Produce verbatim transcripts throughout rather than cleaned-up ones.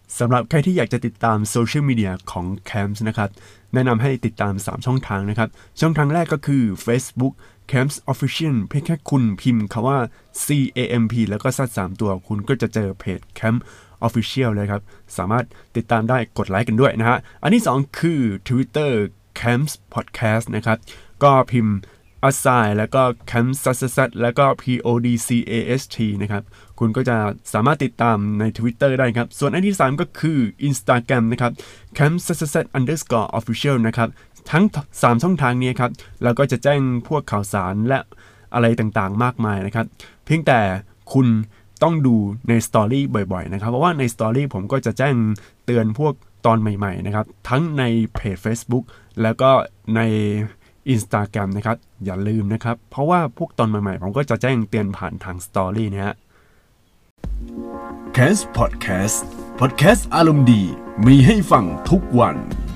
สำหรับใครที่อยากจะติดตามโซเชียลมีเดียของ Camps นะครับแนะนำให้ติดตามสามช่องทางนะครับช่องทางแรกก็คือ Facebook Camps Official เพียงแค่คุณพิมพ์คำว่า ซี เอ เอ็ม พี แล้วก็ซัดสามตัวคุณก็จะเจอเพจ Camp Official เลยครับสามารถติดตามได้กดไลค์กันด้วยนะฮะอันที่สองคือ Twitter Camps Podcast นะครับก็พิมพ์asai แล้วก็ camps แล้วก็ podcast นะครับคุณก็จะสามารถติดตามใน Twitter ได้ครับส่วนอันที่สามก็คือ Instagram นะครับ camps underscore official นะครับทั้งสามช่องทางนี้ครับเราก็จะแจ้งพวกข่าวสารและอะไรต่างๆมากมายนะครับเพียงแต่คุณต้องดูในสตอรี่บ่อยๆนะครับเพราะว่าในสตอรี่ผมก็จะแจ้งเตือนพวกตอนใหม่ๆนะครับทั้งในเพจ Facebook แล้วก็ในInstagram นะครับอย่าลืมนะครับเพราะว่าพวกตอนใหม่ๆผมก็จะแจ้งเตือนผ่านทางสตอรี่นะฮะ Cast Podcast Podcast อารมณ์ดีมีให้ฟังทุกวัน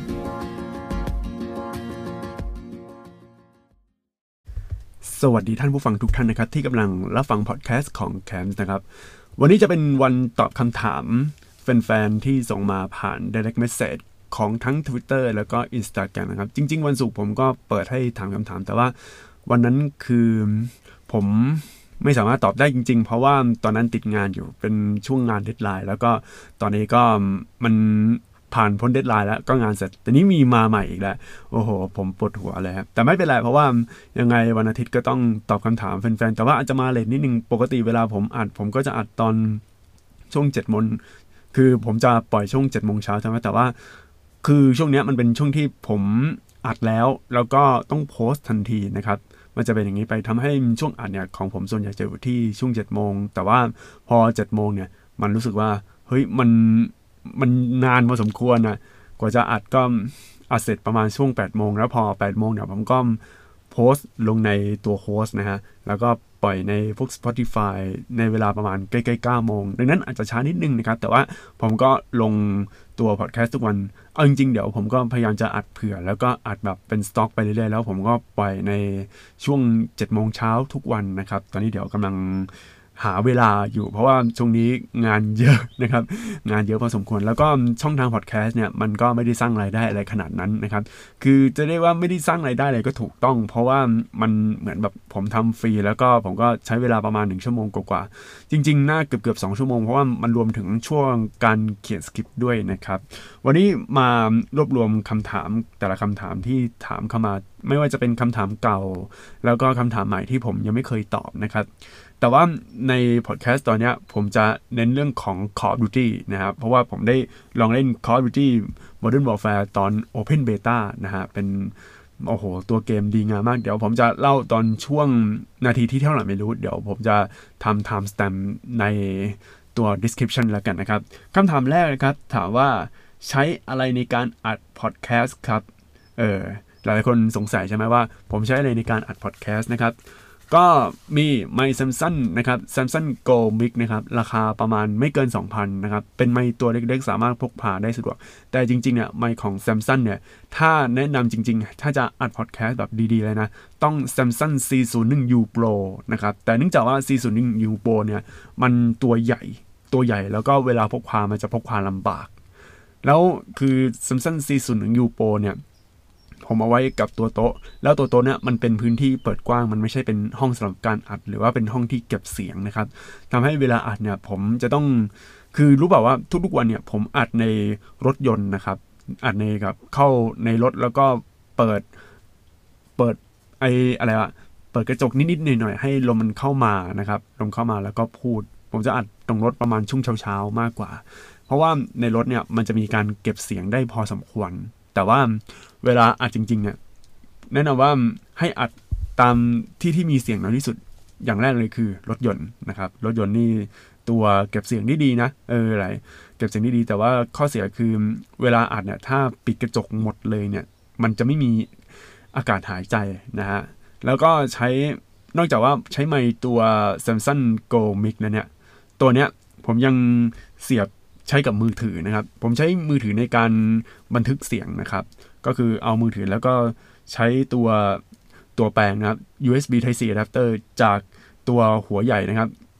สวัสดีท่านผู้ฟังทุกท่านนะครับที่กำลังรับฟังพอดแคสต์ของ Camps นะครับวันนี้จะเป็นวันตอบคำถามแฟนๆที่ส่งมาผ่าน Direct Messageของทั้ง Twitter แล้วก็ Instagram นะครับจริงๆวันศุกร์ผมก็เปิดให้ถามคำถามแต่ว่าวันนั้นคือผมไม่สามารถตอบได้จริงๆเพราะว่าตอนนั้นติดงานอยู่เป็นช่วงงานเดดไลน์แล้วก็ตอนนี้ก็มันผ่านพ้นเดดไลน์แล้วก็งานเสร็จแต่นี้มีมาใหม่อีกแล้วโอ้โหผมปวดหัวเลยครับแต่ไม่เป็นไรเพราะว่ายังไงวันอาทิตย์ก็ต้องตอบคำถามแฟนๆแต่ว่าอาจจะมาเลทนิดนึงปกติเวลาผมอัดผมก็จะอัดตอนช่วงเจ็ดโมงคือผมจะปล่อยช่วงเจ็ดโมงเช้าใช่ไหมแต่ว่าคือช่วงนี้มันเป็นช่วงที่ผมอัดแล้วแล้วก็ต้องโพสต์ทันทีนะครับมันจะเป็นอย่างนี้ไปทำให้ช่วงอัดเนี่ยของผมส่วนใหญ่จะอยู่ที่ช่วงเจ็ดโมงแต่ว่าพอเจ็ดโมงเนี่ยมันรู้สึกว่าเฮ้ยมันมันนานพอสมควรนะกว่าจะอัดก็อัดเสร็จประมาณช่วงแปดโมงแล้วพอแปดโมงเนี่ยผมก็โพสต์ลงในตัวโฮสต์นะฮะแล้วก็ปล่อยในพวก Spotify ในเวลาประมาณใกล้ๆเก้าโมงดังนั้นอาจจะช้านิดนึงนะครับแต่ว่าผมก็ลงตัวพอดแคสต์ทุกวันเอาจริงๆเดี๋ยวผมก็พยายามจะอัดเผื่อแล้วก็อัดแบบเป็นสต็อกไปเรื่อยๆแล้วผมก็ปล่อยในช่วงเจ็ดโมงเช้าทุกวันนะครับตอนนี้เดี๋ยวกำลังหาเวลาอยู่เพราะว่าช่วงนี้งานเยอะนะครับงานเยอะพอสมควรแล้วก็ช่องทางพอดแคสต์เนี่ยมันก็ไม่ได้สร้างรายได้อะไรขนาดนั้นนะครับคือจะได้ว่าไม่ได้สร้างรายได้อะไรก็ถูกต้องเพราะว่ามันเหมือนแบบผมทำฟรีแล้วก็ผมก็ใช้เวลาประมาณหนึ่งชั่วโมงกว่าๆจริงๆน่าเกือบๆสองชั่วโมงเพราะว่ามันรวมถึงช่วงการเขียนสคริปต์ด้วยนะครับวันนี้มารวบรวมคำถามแต่ละคำถามที่ถามเข้ามาไม่ว่าจะเป็นคำถามเก่าแล้วก็คำถามใหม่ที่ผมยังไม่เคยตอบนะครับแต่ว่าในพอดแคสต์ตอนนี้ผมจะเน้นเรื่องของ Call of Duty นะครับเพราะว่าผมได้ลองเล่น Call of Duty Modern Warfare ตอน Open Beta นะฮะเป็นโอ้โหตัวเกมดีงามมากเดี๋ยวผมจะเล่าตอนช่วงนาทีที่เท่าไหร่ไม่รู้เดี๋ยวผมจะทำ timestamp ในตัว description แล้วกันนะครับคำถามแรกนะครับถามว่าใช้อะไรในการอัดพอดแคสต์ครับเออหลายคนสงสัยใช่ไหมว่าผมใช้อะไรในการอัดพอดแคสต์นะครับก็มีไมค์ Samsung นะครับ Samsung Go Mic นะครับราคาประมาณไม่เกิน สองพัน นะครับเป็นไมค์ตัวเล็กๆสามารถพกพาได้สะดวกแต่จริงๆเนี่ยไมค์ของ Samsung เนี่ยถ้าแนะนำจริงๆถ้าจะอัดพอดแคสต์แบบดีๆเลยนะต้อง Samsung ซี ศูนย์หนึ่ง ยู Pro นะครับแต่เนื่องจากว่า ซี ศูนย์หนึ่ง ยู Pro เนี่ยมันตัวใหญ่ตัวใหญ่แล้วก็เวลาพกพามันจะพกพาลำบากแล้วคือ Samsung ซี ศูนย์หนึ่ง ยู Pro เนี่ยผมเอาไว้กับตัวโต๊ะแล้วตัวโต๊ะเนี่ยมันเป็นพื้นที่เปิดกว้างมันไม่ใช่เป็นห้องสำหรับการอัดหรือว่าเป็นห้องที่เก็บเสียงนะครับทำให้เวลาอัดเนี่ยผมจะต้องคือรู้เปล่าว่าทุกๆวันเนี่ยผมอัดในรถยนต์นะครับอัดในกับเข้าในรถแล้วก็เปิดเปิดไออะไรวะเปิดกระจกนิดๆหน่อยๆให้ลมมันเข้ามานะครับลมเข้ามาแล้วก็พูดผมจะอัดตรงรถประมาณช่วงเช้าๆมากกว่าเพราะว่าในรถเนี่ยมันจะมีการเก็บเสียงได้พอสมควรแต่ว่าเวลาอัดจริงๆเนี่ยแนะนำว่าให้อัดตามที่ที่มีเสียงน้อยที่สุดอย่างแรกเลยคือรถยนต์นะครับรถยนต์นี่ตัวเก็บเสียงได้ดีนะเอออะไรเก็บเสียงได้ดีแต่ว่าข้อเสียคือเวลาอัดเนี่ยถ้าปิดกระจกหมดเลยเนี่ยมันจะไม่มีอากาศหายใจนะฮะแล้วก็ใช้นอกจากว่าใช้ไมค์ตัว Samsung Go Mic นะเนี่ยตัวเนี้ยผมยังเสียบใช้กับมือถือนะครับผมใช้มือถือในการบันทึกเสียงนะครับก็คือเอามือถือแล้วก็ใช้ตัวตัวแปลงนะครับ ยู เอส บี Type C adapter จากตัวหัวใหญ่นะครับ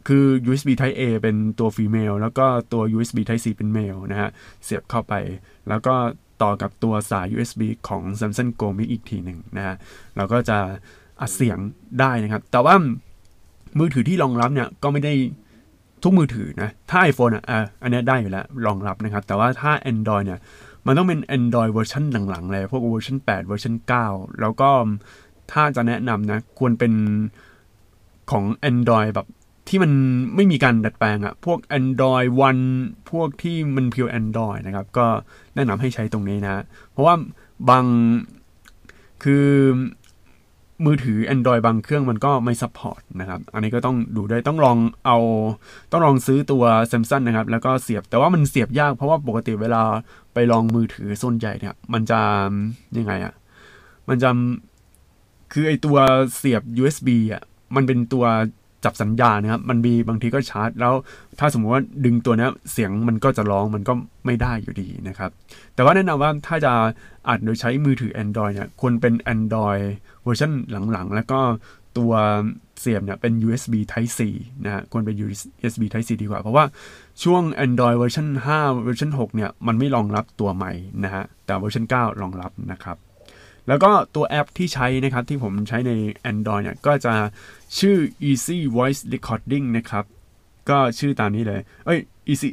คือ ยู เอส บี Type A เป็นตัว female แล้วก็ตัว ยู เอส บี Type C เป็น male นะฮะเสียบเข้าไปแล้วก็ต่อกับตัวสาย ยู เอส บี ของ Samsung Go Mix อีกทีหนึ่งนะฮะเราก็จะอัดเสียงได้นะครับแต่ว่ามือถือที่รองรับเนี่ยก็ไม่ได้ทุกมือถือนะถ้า iPhone อ่ะอ่ะอันนี้ได้อยู่แล้วรองรับนะครับแต่ว่าถ้า Android เนี่ยมันต้องเป็น Android เวอร์ชันหลังๆเลยพวกเวอร์ชันแปดเวอร์ชันเก้าแล้วก็ถ้าจะแนะนำนะควรเป็นของ Android แบบที่มันไม่มีการดัดแปลงอะพวก Android วัน พวกที่มันเพียว Android นะครับก็แนะนำให้ใช้ตรงนี้นะเพราะว่าบางคือมือถือ Android บางเครื่องมันก็ไม่ซัพพอร์ตนะครับอันนี้ก็ต้องดูด้วยต้องลองเอาต้องลองซื้อตัว Samsung นะครับแล้วก็เสียบแต่ว่ามันเสียบยากเพราะว่าปกติเวลาไปลองมือถือส่วนใหญ่เนี่ยมันจะยังไงอะมันจะคือไอตัวเสียบ ยู เอส บี อ่ะมันเป็นตัวจับสัญญาณนะครับมันมีบางทีก็ชาร์จแล้วถ้าสมมติว่าดึงตัวนี้เสียงมันก็จะร้องมันก็ไม่ได้อยู่ดีนะครับแต่ว่าแนะนำว่าถ้าจะอัดโดยใช้มือถือ Android เนี่ยควรเป็น Android เวอร์ชันหลังๆแล้วก็ตัวเสียบเนี่ยเป็น ยู เอส บี Type C นะฮะควรเป็น ยู เอส บี Type C ดีกว่าเพราะว่าช่วง Android เวอร์ชันห้าเวอร์ชันหกเนี่ยมันไม่รองรับตัวใหม่นะฮะแต่เวอร์ชันเก้ารองรับนะครับแล้วก็ตัวแอปที่ใช้นะครับที่ผมใช้ใน Android เนี่ยก็จะชื่อ Easy Voice Recording นะครับก็ชื่อตามนี้เลยเอ้ย Easy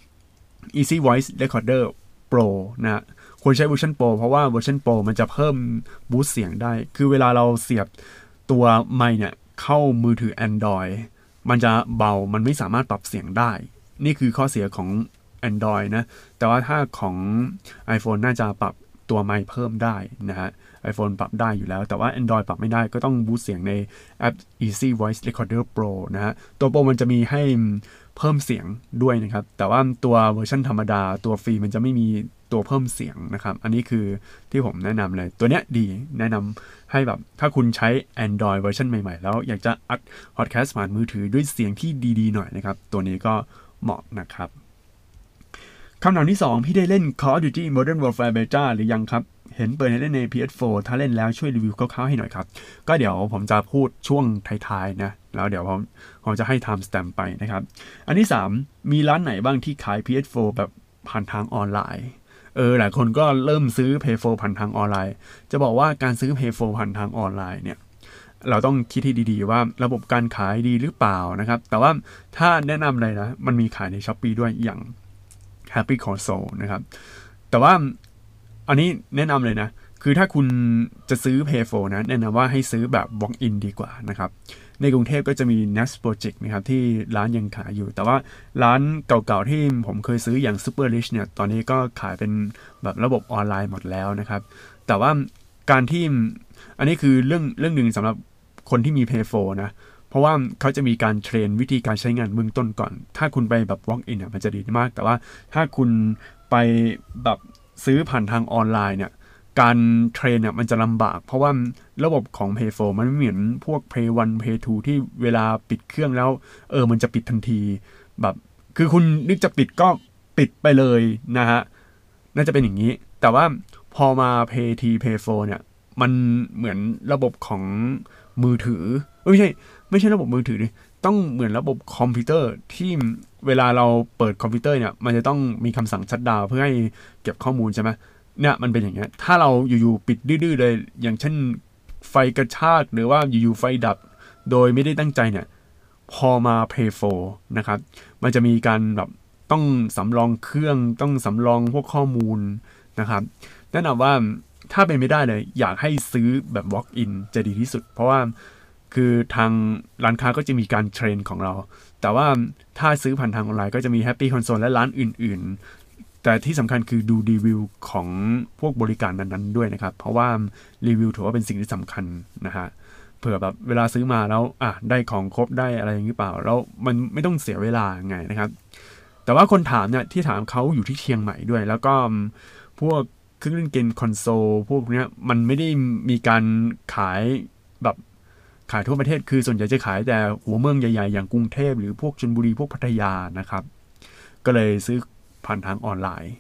Easy Voice Recorder Pro นะฮะควรใช้เวอร์ชัน Pro เพราะว่าเวอร์ชัน Pro มันจะเพิ่มบูสต์เสียงได้คือเวลาเราเสียบตัวไมค์เนี่ยเข้ามือถือ Android มันจะเบามันไม่สามารถปรับเสียงได้นี่คือข้อเสียของ Android นะแต่ว่าถ้าของ iPhone น่าจะปรับตัวไมค์เพิ่มได้นะฮะ iPhone ปรับได้อยู่แล้วแต่ว่า Android ปรับไม่ได้ก็ต้องบูสต์เสียงในแอป Easy Voice Recorder Pro นะฮะตัว Pro มันจะมีให้เพิ่มเสียงด้วยนะครับแต่ว่าตัวเวอร์ชันธรรมดาตัวฟรีมันจะไม่มีตัวเพิ่มเสียงนะครับอันนี้คือที่ผมแนะนำเลยตัวเนี้ยดีแนะนำให้แบบถ้าคุณใช้ Android เวอร์ชันใหม่ๆแล้วอยากจะอัดพอดแคสต์ผ่านมือถือด้วยเสียงที่ดีๆหน่อยนะครับตัวนี้ก็เหมาะนะครับคำถามที่สองพี่ได้เล่น Call of Duty Modern Warfare Beta หรือยังครับเห็นเปิดให้เล่นใน พี เอส โฟร์ ถ้าเล่นแล้วช่วยรีวิวคร่าวๆให้หน่อยครับก็เดี๋ยวผมจะพูดช่วงท้ายๆนะแล้วเดี๋ยวผมผมจะให้ time stamp ไปนะครับอันที่สามมีร้านไหนบ้างที่ขาย พี เอส โฟร์ แบบผ่านทางออนไลน์เออหลายคนก็เริ่มซื้อ พี เอส โฟร์ ผ่านทางออนไลน์จะบอกว่าการซื้อ พี เอส โฟร์ ผ่านทางออนไลน์เนี่ยเราต้องคิดให้ดีๆว่าระบบการขายดีหรือเปล่านะครับแต่ว่าถ้าแนะนำเลยนะมันมีขายใน Shopee ด้วยอย่าง Happy Console นะครับแต่ว่าอันนี้แนะนำเลยนะคือถ้าคุณจะซื้อ พี เอส โฟร์ นะแนะนำว่าให้ซื้อแบบ walk in ดีกว่านะครับในกรุงเทพก็จะมี Next Project นะครับที่ร้านยังขายอยู่แต่ว่าร้านเก่าๆที่ผมเคยซื้ออย่าง Super Rich เนี่ยตอนนี้ก็ขายเป็นแบบระบบออนไลน์หมดแล้วนะครับแต่ว่าการที่อันนี้คือเรื่องเรื่องหนึ่งสำหรับคนที่มี พี เอส โฟร์ นะเพราะว่าเขาจะมีการเทรนวิธีการใช้งานเบื้องต้นก่อนถ้าคุณไปแบบ walk in เนี่ยมันจะดีมากแต่ว่าถ้าคุณไปแบบซื้อผ่านทางออนไลน์เนี่ยการเทรนเนี่ยมันจะลำบากเพราะว่าระบบของ พี เอส โฟร์ มันไม่เหมือนพวก Play วัน Play ทูที่เวลาปิดเครื่องแล้วเออมันจะปิดทันทีแบบคือคุณนึกจะปิดก็ปิดไปเลยนะฮะน่าจะเป็นอย่างนี้แต่ว่าพอมา Play ที พี เอส โฟร์ เนี่ยมันเหมือนระบบของมือถือไม่ใช่ไม่ใช่ระบบมือถือดิต้องเหมือนระบบคอมพิวเตอร์ที่เวลาเราเปิดคอมพิวเตอร์เนี่ยมันจะต้องมีคำสั่งชัตดาวน์เพื่อให้เก็บข้อมูลใช่ไหมเนี่ยมันเป็นอย่างเงี้ยถ้าเราอยู่ๆปิดดื้อๆเลยอย่างเช่นไฟกระชากหรือว่าอยู่ๆไฟดับโดยไม่ได้ตั้งใจเนี่ยพอมา พี เอส โฟร์ นะครับมันจะมีการแบบต้องสำรองเครื่องต้องสำรองพวกข้อมูลนะครับแนะนำว่าถ้าเป็นไม่ได้เลยอยากให้ซื้อแบบ walk in จะดีที่สุดเพราะว่าคือทางร้านค้าก็จะมีการเทรนของเราแต่ว่าถ้าซื้อผ่านทางออนไลน์ก็จะมี Happy Console และร้านอื่นๆแต่ที่สำคัญคือดูรีวิวของพวกบริการนั้นๆด้วยนะครับเพราะว่ารีวิวถือว่าเป็นสิ่งที่สำคัญนะฮะเผื่อแบบเวลาซื้อมาแล้วอ่ะได้ของครบได้อะไรอย่างนี้เปล่าแล้วมันไม่ต้องเสียเวลาไงนะครับแต่ว่าคนถามเนี่ยที่ถามเขาอยู่ที่เชียงใหม่ด้วยแล้วก็พวกเครื่องเล่นเกมคอนโซลพวกเนี้ยมันไม่ได้มีการขายแบบขายทั่วประเทศคือส่วนใหญ่จะขายแต่หัวเมืองใหญ่ๆอย่างกรุงเทพหรือพวกชลบุรีพวกพัทยานะครับก็เลยซื้อผ่านทางออนไลน์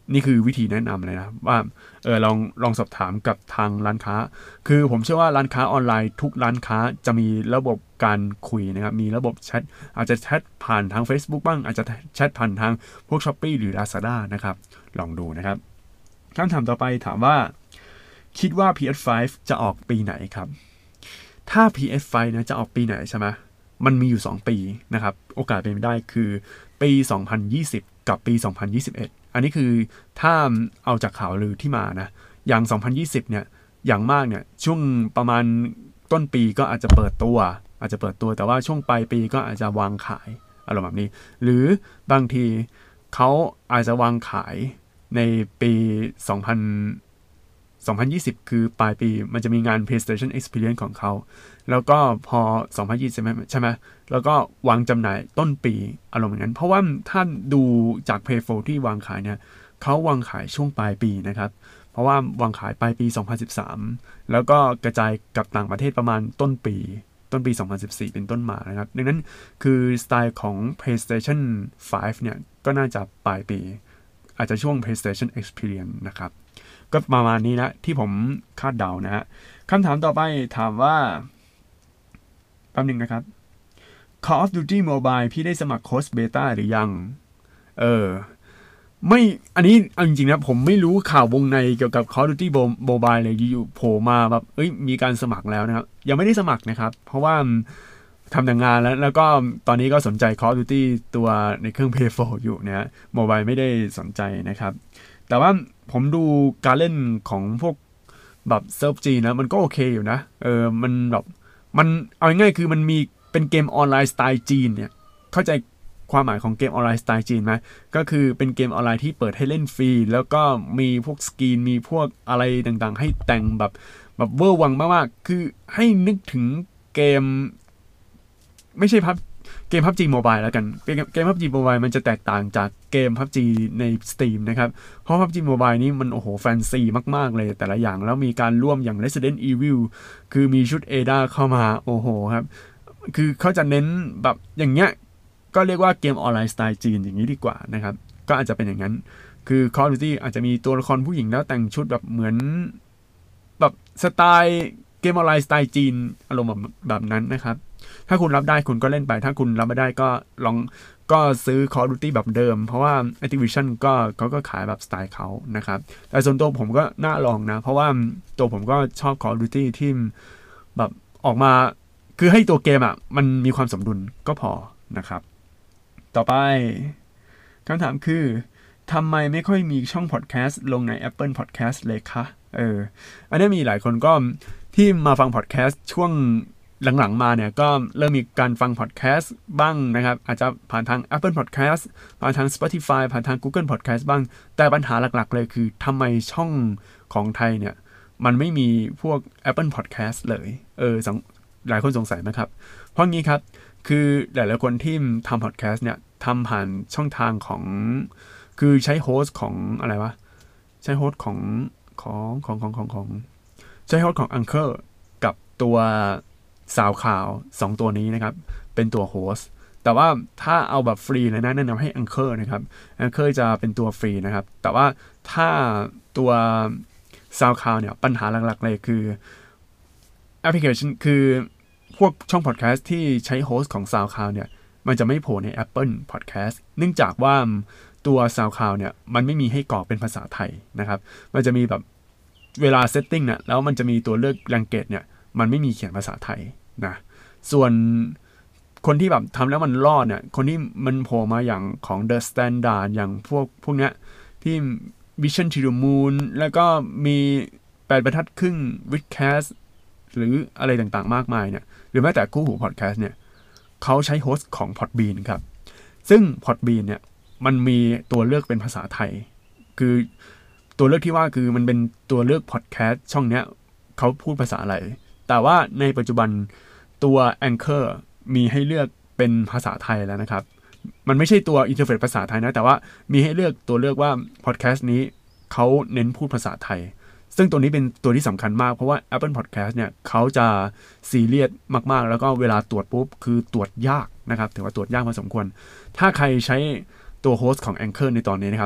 นี่คือวิธีแนะนำเลยนะว่าเออลองลองสอบถามกับทางร้านค้าคือผมเชื่อว่าร้านค้าออนไลน์ทุกร้านค้าจะมีระบบการคุยนะครับมีระบบแชทอาจจะแชทผ่านทาง Facebook บ้างอาจจะแชทผ่านทางพวก Shopee หรือ Lazada นะครับลองดูนะครับคำถามต่อไปถามว่าคิดว่า พี เอส ไฟว์ จะออกปีไหนครับถ้า พี เอส ไฟว์ นะจะออกปีไหนใช่ไหมมันมีอยู่สองปีนะครับโอกาสเป็นไปได้คือปีสองพันยี่สิบกับปีสองพันยี่สิบเอ็ดอันนี้คือถ้าเอาจากข่าวลือที่มานะอย่างสองพันยี่สิบเนี่ยอย่างมากเนี่ยช่วงประมาณต้นปีก็อาจจะเปิดตัวอาจจะเปิดตัวแต่ว่าช่วงปลายปีก็อาจจะวางขายอารมณ์แบบนี้หรือบางทีเขาอาจจะวางขายในปีสองพันสองพันยี่สิบคือปลายปีมันจะมีงาน PlayStation Experience ของเขาแล้วก็พอสองพันยี่สิบใช่ไหมแล้วก็วางจำหน่ายต้นปีอารมณ์อย่างนั้นเพราะว่าถ้าดูจาก Play โฟร์ ที่วางขายเนี่ยเขาวางขายช่วงปลายปีนะครับเพราะว่าวางขายปลายปีสองพันสิบสามแล้วก็กระจายกับต่างประเทศประมาณต้นปีต้นปีสองพันสิบสี่เป็นต้นมานะครับดังนั้นคือสไตล์ของ PlayStation ไฟว์ เนี่ยก็น่าจะปลายปีอาจจะช่วง PlayStation Experience นะครับก็ประมาณนี้นะที่ผมคาดเดานะฮะคำถามต่อไปถามว่าแป๊บนึงนะครับ Call of Duty Mobile พี่ได้สมัครโค้ดเบต้าหรือยังเออไม่อันนี้เอาจริงๆนะผมไม่รู้ข่าววงในเกี่ยวกับ Call of Duty Mobile เลยอยู่ๆโผล่มาแบบเอ้ยมีการสมัครแล้วนะครับยังไม่ได้สมัครนะครับเพราะว่าทำแต่งานแล้วแล้วก็ตอนนี้ก็สนใจ Call of Duty ตัวในเครื่อง พี เอส โฟร์ อยู่นะฮะ Mobile ไม่ได้สนใจนะครับแต่ว่าผมดูการเล่นของพวกแบบเซิร์ฟจีนะมันก็โอเคอยู่นะเออมันแบบมันเอาง่ายๆคือมันมีเป็นเกมออนไลน์สไตล์จีนเนี่ยเข้าใจความหมายของเกมออนไลน์สไตล์จีนไหมก็คือเป็นเกมออนไลน์ที่เปิดให้เล่นฟรีแล้วก็มีพวกสกรีนมีพวกอะไรต่างๆให้แต่งแบบแบบเวอร์วังมากๆคือให้นึกถึงเกมไม่ใช่พับเกม พับจี Mobile แล้วกันเกมเกม พับจี Mobile มันจะแตกต่างจากเกม พับจี ใน Steam นะครับเพราะ พับจี Mobile นี่มันโอ้โหแฟนซีมากๆเลยแต่ละอย่างแล้วมีการร่วมอย่าง Resident Evil คือมีชุด Ada เข้ามาโอ้โหครับคือเขาจะเน้นแบบอย่างเงี้ยก็เรียกว่าเกมออนไลน์สไตล์จีนอย่างนี้ดีกว่านะครับก็อาจจะเป็นอย่างนั้นคือ Call of Duty อาจจะมีตัวละครผู้หญิงแล้วแต่งชุดแบบเหมือนแบบสไตล์เกมออนไลน์สไตล์จีนอารมณ์แบบแบบนั้นนะครับถ้าคุณรับได้คุณก็เล่นไปถ้าคุณรับไม่ได้ก็ลองก็ซื้อ Call of Duty แบบเดิมเพราะว่า Activision ก็เขาก็ขายแบบสไตล์เขานะครับแต่ส่วนตัวผมก็น่าลองนะเพราะว่าตัวผมก็ชอบ Call of Duty ที่แบบออกมาคือให้ตัวเกมอ่ะมันมีความสมดุลก็พอนะครับต่อไปคำถามคือทำไมไม่ค่อยมีช่องพอดแคสต์ลงใน Apple Podcast เลยคะเอออันนี้มีหลายคนก็ที่มาฟังพอดแคสต์ช่วงหลังๆมาเนี่ยก็เริ่มมีการฟังพอดแคสต์บ้างนะครับอาจจะผ่านทาง Apple Podcast ผ่านทาง Spotify ผ่านทาง Google Podcast บ้างแต่ปัญหาหลักๆเลยคือทำไมช่องของไทยเนี่ยมันไม่มีพวก Apple Podcast เลยเออหลายคนสงสัยไหมครับเพราะงี้ครับคือหลายๆคนที่ทำพอดแคสต์เนี่ยทำผ่านช่องทางของคือใช้โฮสต์ของอะไรวะใช้โฮสต์ของของของของของของใช้โฮสต์ของ Anchor กับตัวซาวข่าวสองตัวนี้นะครับเป็นตัวโฮสต์แต่ว่าถ้าเอาแบบฟรีเลยนะแนะนำให้ Anchor นะครับ Anchor จะเป็นตัวฟรีนะครับแต่ว่าถ้าตัวซาวข่าวเนี่ยปัญหาหลักๆเลยคือแอปพลิเคชันคือพวกช่องพอดแคสต์ที่ใช้โฮสต์ของ SoundCloud เนี่ยมันจะไม่โผล่ใน Apple Podcast เนื่องจากว่าตัว SoundCloud เนี่ยมันไม่มีให้กรอกเป็นภาษาไทยนะครับมันจะมีแบบเวลาเซตติ้งเนี่ยแล้วมันจะมีตัวเลือก language เนี่ยมันไม่มีเขียนภาษาไทยนะส่วนคนที่แบบทำแล้วมันรอดเนี่ยคนที่มันโผล่มาอย่างของ The Standard อย่างพวกพวกเนี้ยที่ Mission to the Moon แล้วก็มีแปดบรรทัดครึ่ง Vidcastหรืออะไรต่างๆมากมายเนี่ยหรือแม้แต่คู่หูพอดแคสต์เนี่ยเขาใช้โฮสต์ของ Podbean ครับซึ่ง Podbean เนี่ยมันมีตัวเลือกเป็นภาษาไทยคือตัวเลือกที่ว่าคือมันเป็นตัวเลือกพอดแคสต์ช่องเนี้ยเขาพูดภาษาอะไรแต่ว่าในปัจจุบันตัว Anchor มีให้เลือกเป็นภาษาไทยแล้วนะครับมันไม่ใช่ตัวอินเทอร์เฟซภาษาไทยนะแต่ว่ามีให้เลือกตัวเลือกว่าพอดแคสต์นี้เขาเน้นพูดภาษาไทยซึ่งตัวนี้เป็นตัวที่สำคัญมากเพราะว่า Apple Podcast เนี่ยเขาจะซีเรียสมากๆแล้วก็เวลาตรวจปุ๊บคือตรวจยากนะครับถือว่าตรวจยากพอสมควรถ้าใครใช้ตัวโฮสต์ของ Anchor ในตอนนี้นะครับเป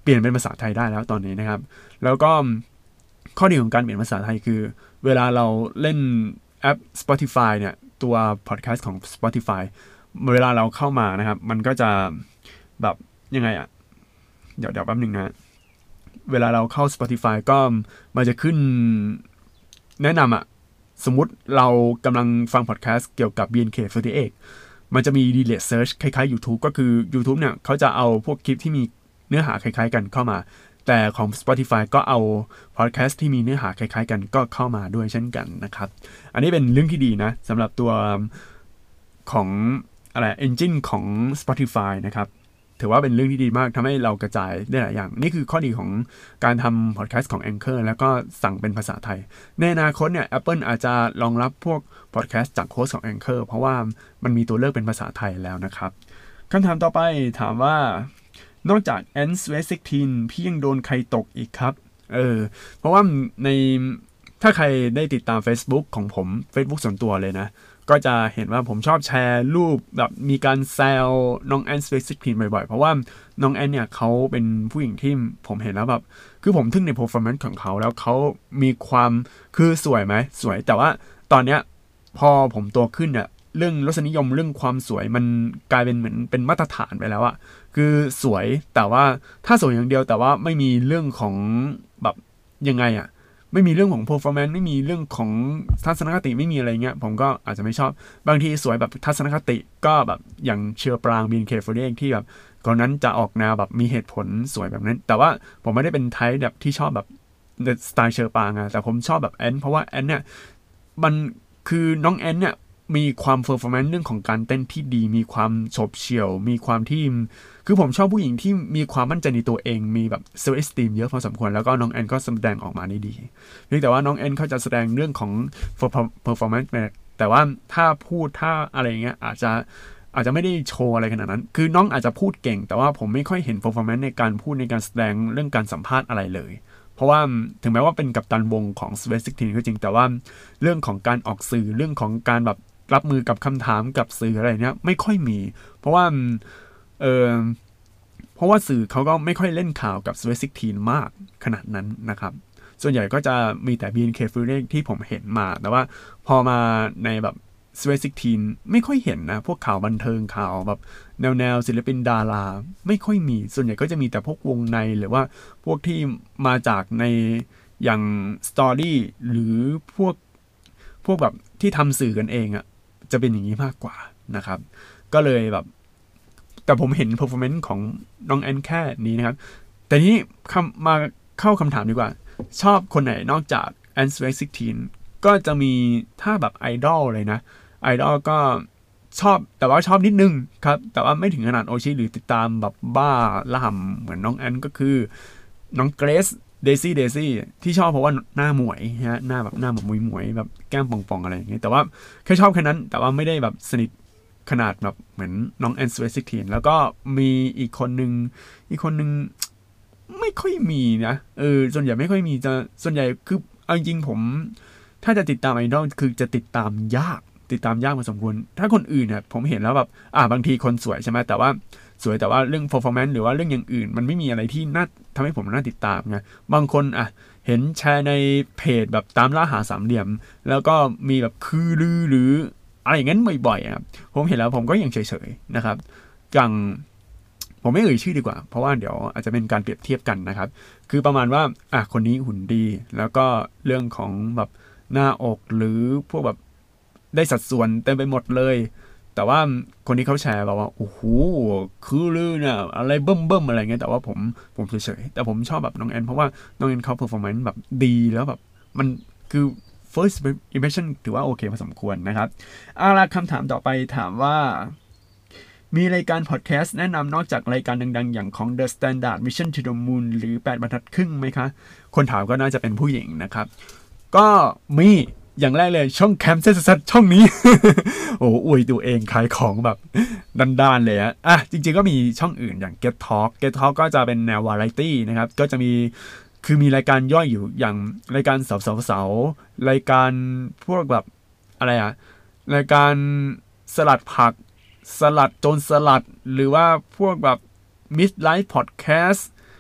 ลี่ยนเป็นภาษาไทยได้แล้วตอนนี้นะครับแล้วก็ข้อดีของการเปลี่ยนภาษาไทยคือเวลาเราเล่นแอป Spotify เนี่ยตัว podcast ของ Spotify เวลาเราเข้ามานะครับมันก็จะแบบยังไงอะเดี๋ยวเดี๋ยวแป๊บนึงนะเวลาเราเข้า Spotify ก็มันจะขึ้นแนะนำอะสมมุติเรากำลังฟังพอดแคสต์เกี่ยวกับ บี เอ็น เค สี่สิบแปด มันจะมี Relate Search คล้ายๆ YouTube ก็คือ YouTube เนี่ยเขาจะเอาพวกคลิปที่มีเนื้อหาคล้ายๆกันเข้ามาแต่ของ Spotify ก็เอา podcast ที่มีเนื้อหาคล้ายๆกันก็เข้ามาด้วยเช่นกันนะครับอันนี้เป็นเรื่องที่ดีนะสำหรับตัวของอะไร engine ของ Spotify นะครับถือว่าเป็นเรื่องที่ดีมากทำให้เรากระจายได้หลายอย่างนี่คือข้อดีของการทำ podcast ของ Anchor แล้วก็สั่งเป็นภาษาไทยในอนาคตเนี่ย Apple อาจจะรองรับพวก podcast จากโค้ดของ Anchor เพราะว่ามันมีตัวเลือกเป็นภาษาไทยแล้วนะครับคำถามต่อไปถามว่านอกจาก เอ็น เอ เอส สิบหก พี่ยังโดนใครตกอีกครับเออเพราะว่าในถ้าใครได้ติดตาม Facebook ของผม Facebook ส่วนตัวเลยนะก็จะเห็นว่าผมชอบแชร์รูปแบบมีการแซวน้องแอนสเปซิฟิกบ่อยๆเพราะว่าน้องแอนเนี่ยเขาเป็นผู้หญิงที่ผมเห็นแล้วแบบคือผมทึ่งใน performance ของเขาแล้วเขามีความคือสวยไหมสวยแต่ว่าตอนเนี้ยพอผมโตขึ้นเนี่ยเรื่องรสนิยมเรื่องความสวยมันกลายเป็นเหมือนเป็นมาตรฐานไปแล้วอะคือสวยแต่ว่าถ้าสวยอย่างเดียวแต่ว่าไม่มีเรื่องของแบบยังไงอะไม่มีเรื่องของ performance ไม่มีเรื่องของทัศนคติไม่มีอะไรเงี้ยผมก็อาจจะไม่ชอบบางทีสวยแบบทัศนคติก็แบบอย่างเชอร์ปราง บี เอ็น เค สี่สิบแปด ที่แบบคนนั้นจะออกแนวแบบมีเหตุผลสวยแบบนั้นแต่ว่าผมไม่ได้เป็นไทป์แบบที่ชอบแบบสไตล์เชอร์ปรางอะแต่ผมชอบแบบแอนเพราะว่าแอนเนี่ยมันคือน้องแอนเนี่ยมีความ performance เรื่องของการเต้นที่ดีมีความโฉบเฉี่ยวมีความที่คือผมชอบผู้หญิงที่มีความมั่นใจในตัวเองมีแบบ self esteem เยอะพอสมควรแล้วก็น้องแอนก็แสดงออกมาได้ดีเพียงแต่ว่าน้องแอนเขาจะแสดงเรื่องของ performance แต่ว่าถ้าพูดถ้าอะไรเงี้ยอาจจะอาจจะไม่ได้โชว์อะไรขนาดนั้นคือน้องอาจจะพูดเก่งแต่ว่าผมไม่ค่อยเห็น performance ในการพูดในการแสดงเรื่องการสัมภาษณ์อะไรเลยเพราะว่าถึงแม้ว่าเป็นกัปตันวงของ Sweet สิบหก ก็จริงแต่ว่าเรื่องของการออกสื่อเรื่องของการแบบรับมือกับคำถามกับสื่ออะไรเนี้ยไม่ค่อยมีเพราะว่าเออเพราะว่าสื่อเขาก็ไม่ค่อยเล่นข่าวกับ Sweet สิบหก มากขนาดนั้นนะครับส่วนใหญ่ก็จะมีแต่ บี เอ็น เค สี่สิบแปด ที่ผมเห็นมาแต่ว่าพอมาในแบบ Sweet สิบหก ไม่ค่อยเห็นนะพวกข่าวบันเทิงข่าวแบบแนวแนวศิลปินดาราไม่ค่อยมีส่วนใหญ่ก็จะมีแต่พวกวงในหรือว่าพวกที่มาจากในอย่างสตอรี่หรือพวกพวกแบบที่ทำสื่อกันเองอะจะเป็นอย่างนี้มากกว่านะครับก็เลยแบบแต่ผมเห็น performance ของน้องแอนแค่นี้นะครับแต่นี้มาเข้าคำถามดีกว่าชอบคนไหนนอกจากแอนสเวซิกทีนก็จะมีถ้าแบบไอดอลเลยนะไอดอลก็ชอบแต่ว่าชอบนิดนึงครับแต่ว่าไม่ถึงขนาดโอชิหรือติดตามแบบบ้าละห่ำเหมือนน้องแอนก็คือน้องเกรซเดซี่เดซี่ที่ชอบเพราะว่าหน้าหมวยฮะหน้าแบบหน้าแบบหมวยๆแบบแก้มป่องๆอะไรอย่างเงี้ยแต่ว่าแค่ชอบแค่นั้นแต่ว่าไม่ได้แบบสนิทขนาดแบบเหมือนน้องแอนสเวซิกทีนแล้วก็มีอีกคนนึงอีกคนนึงไม่ค่อยมีนะเออส่วนใหญ่ไม่ค่อยมีจะส่วนใหญ่คือเอาจริงๆผมถ้าจะติดตามไอดอลคือจะติดตามยากติดตามยากพอสมควรถ้าคนอื่นเนี่ยผมเห็นแล้วแบบอ่าบางทีคนสวยใช่ไหมแต่ว่าสวยแต่ว่าเรื่อง performance หรือว่าเรื่องอย่างอื่นมันไม่มีอะไรที่น่าทำให้ผมน่าติดตามไงบางคนอ่ะเห็นแชร์ในเพจแบบตามล่าหาสามเหลี่ยมแล้วก็มีแบบคือลือหรืออะไรอย่างนั้นบ่อยๆครับผมเห็นแล้วผมก็ยังเฉยๆนะครับอย่างผมไม่เอ่ยชื่อดีกว่าเพราะว่าเดี๋ยวอาจจะเป็นการเปรียบเทียบกันนะครับคือประมาณว่าอ่ะคนนี้หุ่นดีแล้วก็เรื่องของแบบหน้าอกหรือพวกแบบได้สัดส่วนเต็มไปหมดเลยแต่ว่าคนที่เขาแชร์บอกว่าโอ้โหคือลือเนี่ยอะไรเบิ่มๆอะไรเงี้ยแต่ว่าผมผมเฉยๆแต่ผมชอบแบบน้องแอนเพราะว่าน้องแอนเขา performance แบบดีแล้วแบบมันคือ first impression ถือว่าโอเคพอสมควรนะครับเอาล่ะคำถามต่อไปถามว่ามีรายการพอดแคสต์แนะนำนอกจากรายการดังๆอย่างของ The Standard Mission to the Moon หรือแปดบรรทัดครึ่งไหมคะคนถามก็น่าจะเป็นผู้หญิงนะครับก็มีอย่างแรกเลยช่องแคมป์เซซัสช่องนี้ โอ้อวยตัวเองขายของแบบด้านๆเลยอะอ่ะจริงๆก็มีช่องอื่นอย่าง Get Talk Get Talk ก็จะเป็นแนววาไรตี้นะครับก็จะมีคือมีรายการย่อยอยู่อย่างรายการเสาเสาเสารายการพวกแบบอะไรอะรายการสลัดผักสลัดโจนสลัดหรือว่าพวกแบบ Midlife Podcast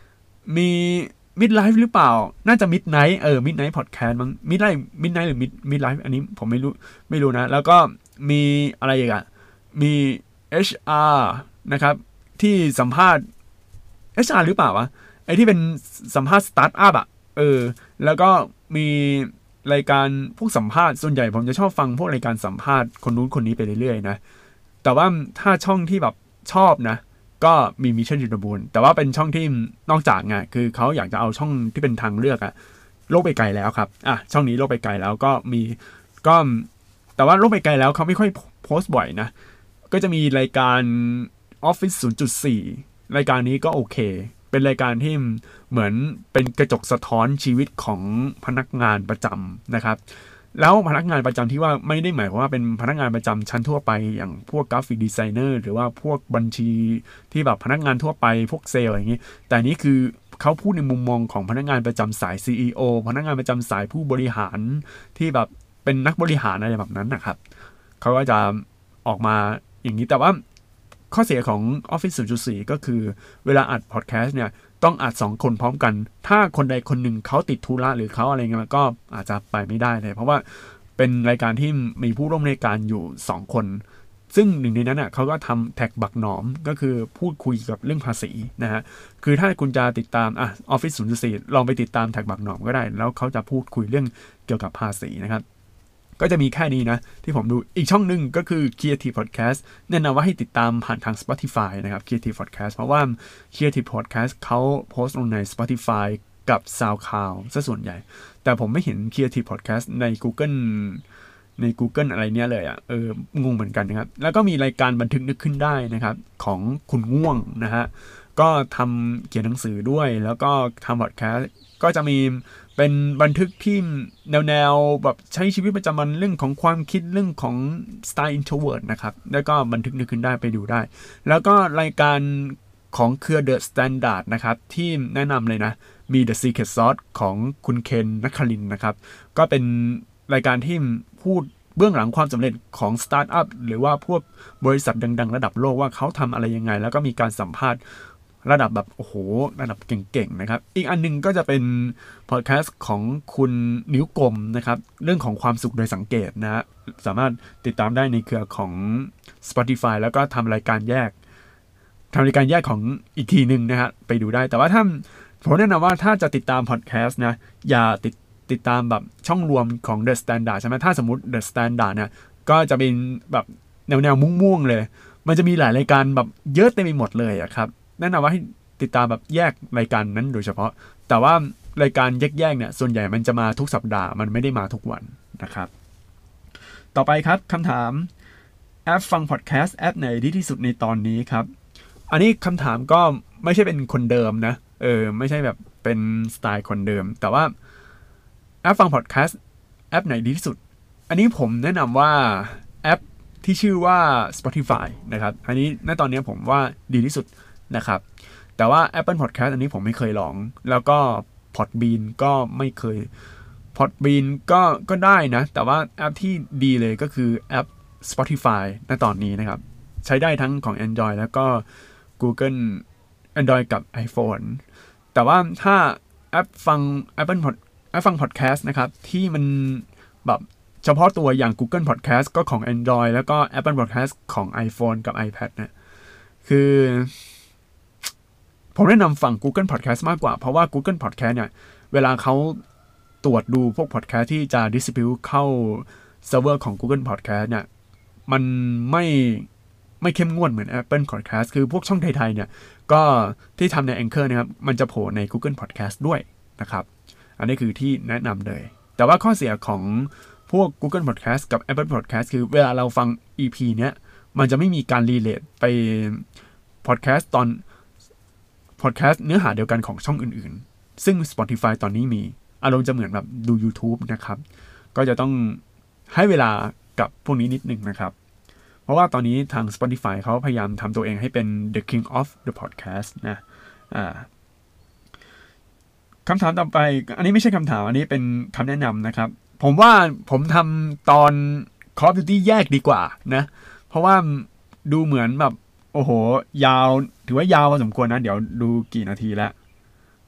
มีมิดไลฟ์หรือเปล่าน่าจะมิดไนท์เออมิดไนท์พอดแคสต์มั้งมิดไลฟ์มิดไนท์หรือมิดมิดไลฟ์อันนี้ผมไม่รู้ไม่รู้นะแล้วก็มีอะไรอีกอะมี เอช อาร์ นะครับที่สัมภาษณ์ เอช อาร์ หรือเปล่าวะไอที่เป็นสัมภาษณ์สตาร์ทอัพอะเออแล้วก็มีรายการพวกสัมภาษณ์ส่วนใหญ่ผมจะชอบฟังพวกรายการสัมภาษณ์คนนู้นคนนี้ไปเรื่อยๆนะแต่ว่าถ้าช่องที่แบบชอบนะก็มีมิชชั่นยูนิบูลแต่ว่าเป็นช่องที่นอกจากไงคือเขาอยากจะเอาช่องที่เป็นทางเลือกอะโลกไปไกลแล้วครับอ่ะช่องนี้โลกไปไกลแล้วก็มีก็แต่ว่าโลกไปไกลแล้วเขาไม่ค่อยโพสต์บ่อยนะก็จะมีรายการ Office ศูนย์จุดสี่ รายการนี้ก็โอเคเป็นรายการที่เหมือนเป็นกระจกสะท้อนชีวิตของพนักงานประจำนะครับแล้วพนักงานประจำที่ว่าไม่ได้หมายความว่าเป็นพนักงานประจำชั้นทั่วไปอย่างพวกกราฟิกดีไซเนอร์หรือว่าพวกบัญชีที่แบบพนักงานทั่วไปพวกเซลล์อย่างนี้แต่นี้คือเขาพูดในมุมมองของพนักงานประจำสาย ซี อี โอ พนักงานประจำสายผู้บริหารที่แบบเป็นนักบริหารอะไรแบบนั้นนะครับเขาก็จะออกมาอย่างนี้แต่ว่าข้อเสียของ Office ศูนย์จุดสี่ ก็คือเวลาอัดพอดแคสต์เนี่ยต้องอัดสองคนพร้อมกันถ้าคนใดคนหนึ่งเขาติดธุระหรือเขาอะไรเงี้ยก็อาจจะไปไม่ได้เลยเพราะว่าเป็นรายการที่มีผู้ร่วมรายการอยู่สองคนซึ่งหนึ่งในนั้นน่ะเขาก็ทำแท็กบักหนอมก็คือพูดคุยกับเรื่องภาษีนะฮะคือถ้าคุณจะติดตามอ่ะ Office ศูนย์จุดสี่ ลองไปติดตามแท็กบักหนอมก็ได้แล้วเขาจะพูดคุยเรื่องเกี่ยวกับภาษีนะครับก็จะมีแค่นี้นะที่ผมดูอีกช่องหนึ่งก็คือ Creative Podcast แนะนำว่าให้ติดตามผ่านทาง Spotify นะครับ Creative Podcast เพราะว่า Creative Podcast เขาโพสต์ลงใน Spotify กับ SoundCloud ซะส่วนใหญ่แต่ผมไม่เห็น Creative Podcast ใน Google ใน Google อะไรเนี้ยเลยอ่ะเอองงเหมือนกันนะครับแล้วก็มีรายการบันทึกนึกขึ้นได้นะครับของคุณง่วงนะฮะก็ทำเขียนหนังสือด้วยแล้วก็ทำพอดแคสต์ก็จะมีเป็นบันทึกที่แนวๆแบบใช้ชีวิตประจำวันเรื่องของความคิดเรื่องของสไตล์ introvert นะครับแล้วก็บันทึกนึกขึ้นได้ไปดูได้แล้วก็รายการของเครือ The Standard นะครับที่แนะนำเลยนะมี The Secret Sauce ของคุณเคนนักคลินนะครับก็เป็นรายการที่พูดเบื้องหลังความสำเร็จของสตาร์ทอัพหรือว่าพวกบริษัทดังๆระดับโลกว่าเขาทำอะไรยังไงแล้วก็มีการสัมภาษณ์ระดับแบบโอ้โหระดับเก่งๆนะครับอีกอันนึงก็จะเป็นพอดแคสต์ของคุณนิ้วกลมนะครับเรื่องของความสุขโดยสังเกตนะฮะสามารถติดตามได้ในเครือของ Spotify แล้วก็ทำรายการแยกทำรายการแยกของอีกทีนึงนะฮะไปดูได้แต่ว่าถ้าผมแนะนำว่าถ้าจะติดตามพอดแคสต์นะอย่าติดติดตามแบบช่องรวมของ The Standard ใช่ไหมถ้าสมมุติ The Standard เนี่ยก็จะเป็นแบบแนวแนวม่วงๆเลยมันจะมีหลายรายการแบบเยอะเต็มไปหมดเลยอะครับแนะนำว่าให้ติดตามแบบแยกรายการนั้นโดยเฉพาะแต่ว่ารายการแยกๆเนี่ยส่วนใหญ่มันจะมาทุกสัปดาห์มันไม่ได้มาทุกวันนะครับต่อไปครับคำถามแอปฟังพอดแคสต์แอปไหนดีที่สุดในตอนนี้ครับอันนี้คำถามก็ไม่ใช่เป็นคนเดิมนะเออไม่ใช่แบบเป็นสไตล์คนเดิมแต่ว่าแอปฟังพอดแคสต์แอปไหนดีที่สุดอันนี้ผมแนะนำว่าแอปที่ชื่อว่า Spotify นะครับอันนี้ณตอนนี้ผมว่าดีที่สุดนะครับแต่ว่า Apple Podcast อันนี้ผมไม่เคยลองแล้วก็ Podbean ก็ไม่เคย Podbean ก็ก็ได้นะแต่ว่าแอปที่ดีเลยก็คือแอป Spotify ณตอนนี้นะครับใช้ได้ทั้งของ Android แล้วก็ Google Android กับ iPhone แต่ว่าถ้าแอปฟัง Apple Pod แอปฟัง Podcast นะครับที่มันแบบเฉพาะตัวอย่าง Google Podcast ก็ของ Android แล้วก็ Apple Podcast ของ iPhone กับ iPad เนี่ยคือผมแนะนำฝั่ง Google Podcast มากกว่าเพราะว่า Google Podcast เนี่ยเวลาเขาตรวจดูพวก podcast ที่จะ distribute เข้าเซิร์ฟเวอร์ของ Google Podcast เนี่ยมันไม่ไม่เข้มงวดเหมือน Apple Podcast คือพวกช่องไทยๆเนี่ยก็ที่ทำใน Anchor นะครับมันจะโผล่ใน Google Podcast ด้วยนะครับอันนี้คือที่แนะนำเลยแต่ว่าข้อเสียของพวก Google Podcast กับ Apple Podcast คือเวลาเราฟัง อี พี เนี้ยมันจะไม่มีการรีเลทไป podcast ตอน podcast เนื้อหาเดียวกันของช่องอื่นๆซึ่ง Spotify ตอนนี้มีอารมณ์จะเหมือนแบบดู YouTube นะครับก็จะต้องให้เวลากับพวกนี้นิดนึงนะครับเพราะว่าตอนนี้ทาง Spotify เขาพยายามทำตัวเองให้เป็น the king of the podcast นะอ่าคำถามต่อไปอันนี้ไม่ใช่คำถามอันนี้เป็นคำแนะนำนะครับผมว่าผมทำตอน Call of Duty แยกดีกว่านะเพราะว่าดูเหมือนแบบโอ้โหยาวถือว่ายาวพอสมควรนะเดี๋ยวดูกี่นาทีแล้ว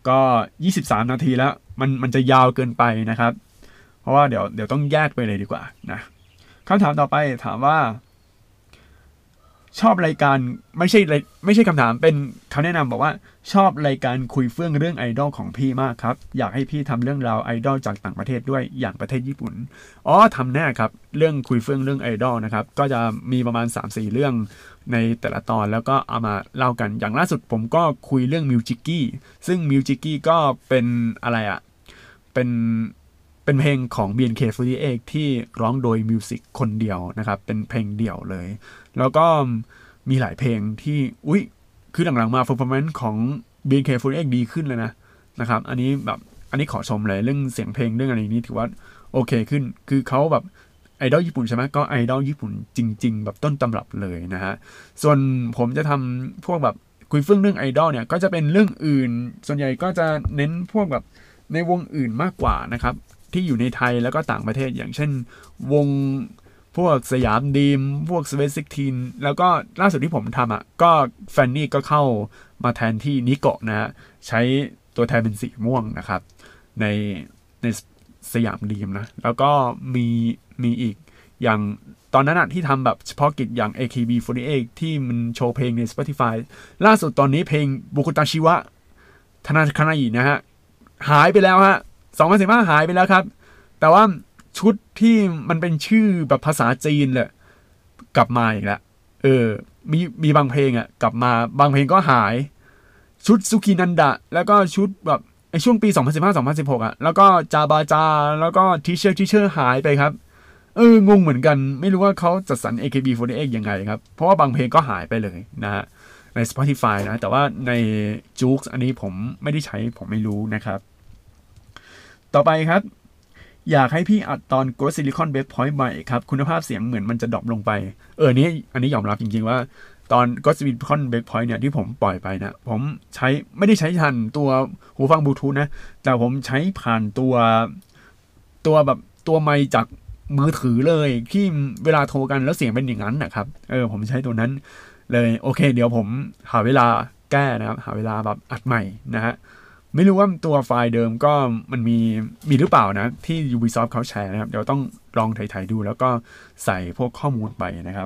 ก็ยี่สิบสามนาทีแล้วมันมันจะยาวเกินไปนะครับเพราะว่าเดี๋ยวเดี๋ยวต้องแยกไปเลยดีกว่านะคำถามต่อไปถามว่าชอบรายการไม่ใช่ไม่ใช่คำถามเป็นคำแนะนำบอกว่าชอบรายการคุยเฟื่องเรื่องไอดอลของพี่มากครับอยากให้พี่ทำเรื่องราวไอดอลจากต่างประเทศด้วยอย่างประเทศญี่ปุ่นอ๋อทำแน่ครับเรื่องคุยเฟื่องเรื่องไอดอลนะครับก็จะมีประมาณ สามสี่ เรื่องในแต่ละตอนแล้วก็เอามาเล่ากันอย่างล่าสุดผมก็คุยเรื่องมิวจิกกี้ซึ่งมิวจิกกี้ก็เป็นอะไรอะเป็นเป็นเพลงของ บี เอ็น เค สี่สิบแปด ที่ร้องโดยมิวสิกคนเดียวนะครับเป็นเพลงเดี่ยวเลยแล้วก็มีหลายเพลงที่อุ๊ยคือหลังๆมา performance ของ บี เอ็น เค สี่สิบแปด ดีขึ้นเลยนะนะครับอันนี้แบบอันนี้ขอชมเลยเรื่องเสียงเพลงเรื่องอะไรนี้ถือว่าโอเคขึ้นคือเขาแบบไอดอลญี่ปุ่นใช่ไหมก็ไอดอลญี่ปุ่นจริงๆแบบต้นตำรับเลยนะฮะส่วนผมจะทำพวกแบบคุยเฟื่องเรื่องไอดอลเนี่ยก็จะเป็นเรื่องอื่นส่วนใหญ่ก็จะเน้นพวกแบบในวงอื่นมากกว่านะครับที่อยู่ในไทยแล้วก็ต่างประเทศอย่างเช่นวงพวกสยามดีมพวกสเวสซิกทีนแล้วก็ล่าสุดที่ผมทำอ่ะก็แฟนนี่ก็เข้ามาแทนที่นิโกะนะฮะใช้ตัวแทนเป็นสีม่วงนะครับในในสยามดีมนะแล้วก็มีมีอีกอย่างตอนนั้นอ่ะที่ทำแบบเฉพาะกิจอย่าง เอ เค บี สี่สิบแปด ที่มันโชว์เพลงใน Spotify ล่าสุดตอนนี้เพลงบุคุตาชิวะธนาคานาอินะฮะหายไปแล้วฮะสองพันสิบห้าหายไปแล้วครับแต่ว่าชุดที่มันเป็นชื่อแบบภาษาจีนเลยกลับมาอีกแล้วเออมีมีบางเพลงอ่ะกลับมาบางเพลงก็หายชุดซุกินันดะแล้วก็ชุดแบบไอช่วงปีสองพันสิบห้า สองพันสิบหกอ่ะแล้วก็จาบาจาแล้วก็ทีเชอร์ทีเชอร์หายไปครับเอองงเหมือนกันไม่รู้ว่าเขาจัดสรร เอ เค บี สี่สิบแปด ยังไงครับเพราะว่าบางเพลงก็หายไปเลยนะฮะใน Spotify นะแต่ว่าใน Joox อันนี้ผมไม่ได้ใช้ผมไม่รู้นะครับต่อไปครับอยากให้พี่อัดตอน Ghost Silicon Breakpoint ใหม่ครับคุณภาพเสียงเหมือนมันจะดรอปลงไปเออนี้อันนี้ยอมรับจริงๆว่าตอน Ghost Silicon Breakpoint เนี่ยที่ผมปล่อยไปนะผมใช้ไม่ได้ใช้ทันตัวหูฟังบลูทูธนะแต่ผมใช้ผ่านตัวตัวแบบตัวไมค์จากมือถือเลยที่เวลาโทรกันแล้วเสียงเป็นอย่างนั้นนะครับเออผมใช้ตัวนั้นเลยโอเคเดี๋ยวผมหาเวลาแก้นะครับหาเวลาแบบอัดใหม่นะฮะไม่รู้ว่าตัวไฟล์เดิมก็มันมีมีหรือเปล่านะที่ Ubisoft เขาแชร์นะครับเดี๋ยวต้องลองถ่ายๆดูแล้วก็ใส่พวกข้อมูลไปนะครับ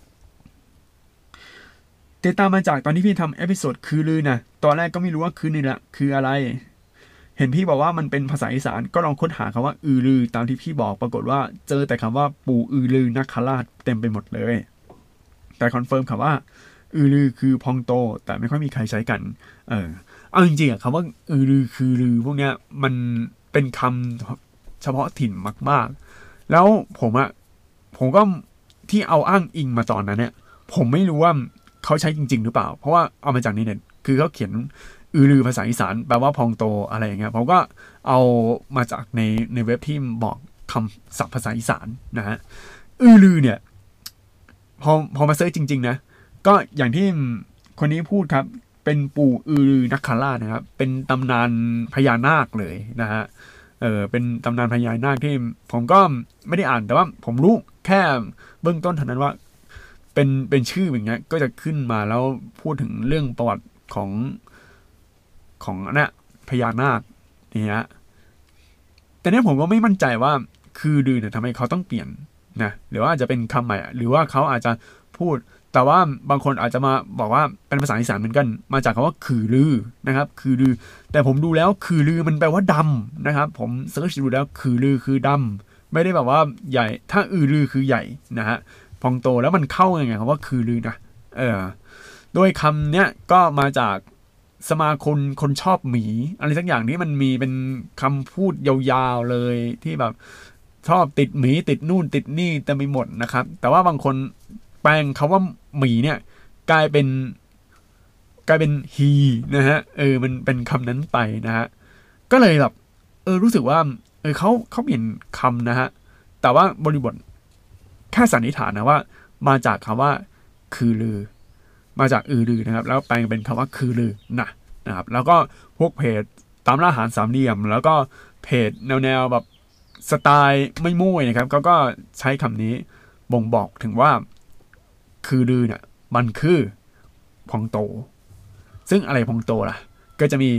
ติดตามมาจากตอนที่พี่ทำเอพิโซดคือลือนะตอนแรกก็ไม่รู้ว่าคือนี่แหละคืออะไรเห็นพี่บอกว่ามันเป็นภาษาอีสานก็ลองค้นหาคำว่าอือลือตามที่พี่บอกปรากฏว่าเจอแต่คำว่าปู่อือลือนักคราชเต็มไปหมดเลยแต่คอนเฟิร์มคำว่าอือลือคือพองโตแต่ไม่ค่อยมีใครใช้กันเออเอาจริงๆอะคำว่าอือลือคือลือพวกเนี้ยมันเป็นคำเฉพาะถิ่นมากๆแล้วผมอะผมก็ที่เอาอ้างอิงมาตอนนั้นเนี่ยผมไม่รู้ว่าเขาใช้จริงๆหรือเปล่าเพราะว่าเอามาจากในเน็ตคือเขาเขียนอือลือภาษาอีสานแปลว่าพองโตอะไรอย่างเงี้ยผมก็เอามาจากในในเว็บที่บอกคำศัพท์ภาษาอีสานนะฮะอือลือเนี่ยพอพอมาเซิร์ชจริงๆนะก็อย่างที่คนนี้พูดครับเป็นปู่อือลือนักคราชนะครับเป็นตำนานพญานาคเลยนะฮะเออเป็นตำนานพญานาคที่ผมก็ไม่ได้อ่านแต่ว่าผมรู้แค่เบื้องต้นเท่านั้นว่าเป็นเป็นชื่ออย่างเงี้ยก็จะขึ้นมาแล้วพูดถึงเรื่องประวัติของของนะพญานาคนี่ฮะแต่เนี้ยผมก็ไม่มั่นใจว่าคือลือเนี่ยทำไมเขาต้องเปลี่ยนนะหรือว่าอาจจะเป็นคำใหม่หรือว่าเขาอาจจะพูดแต่ว่าบางคนอาจจะมาบอกว่าเป็นภาษาอีสานเหมือนกันมาจากคำว่าคือลือนะครับคือลือแต่ผมดูแล้วคือลือมันแปลว่าดำนะครับผมเซิร์ชดูแล้วคือลือคือดำไม่ได้แบบว่าใหญ่ถ้าอือลือคือใหญ่นะฮะพองโตแล้วมันเข้ายังไงคำว่าคือลือนะเออโดยคำเนี้ยก็มาจากสมาคมคนชอบหมีอะไรสักอย่างที่มันมีเป็นคำพูดยาวๆเลยที่แบบชอบติดหมีติดนู่นติดนี่แต่ไม่หมดนะครับแต่ว่าบางคนแปลงคำว่าหมีเนี่ยกลายเป็นกลายเป็นฮีนะฮะเออมันเป็นคำนั้นไปนะฮะก็เลยแบบเออรู้สึกว่าเออเขาเขาเปลี่ยนคำนะฮะแต่ว่าบริบทแค่สันนิษฐานนะว่ามาจากคำว่าคือลือมาจากอือลือนะครับแล้วแปลงเป็นคำว่าคือลือนะนะครับแล้วก็พวกเพจตามล่าอาหารสามเหลี่ยมแล้วก็เพจแนวๆแบบสไตล์ไม่มุ่ยนะครับเขาก็ใช้คำนี้บ่งบอกถึงว่าคือลือเนี่ยมันคือพองโตซึ่งอะไรพองโตล่ะก็จะมี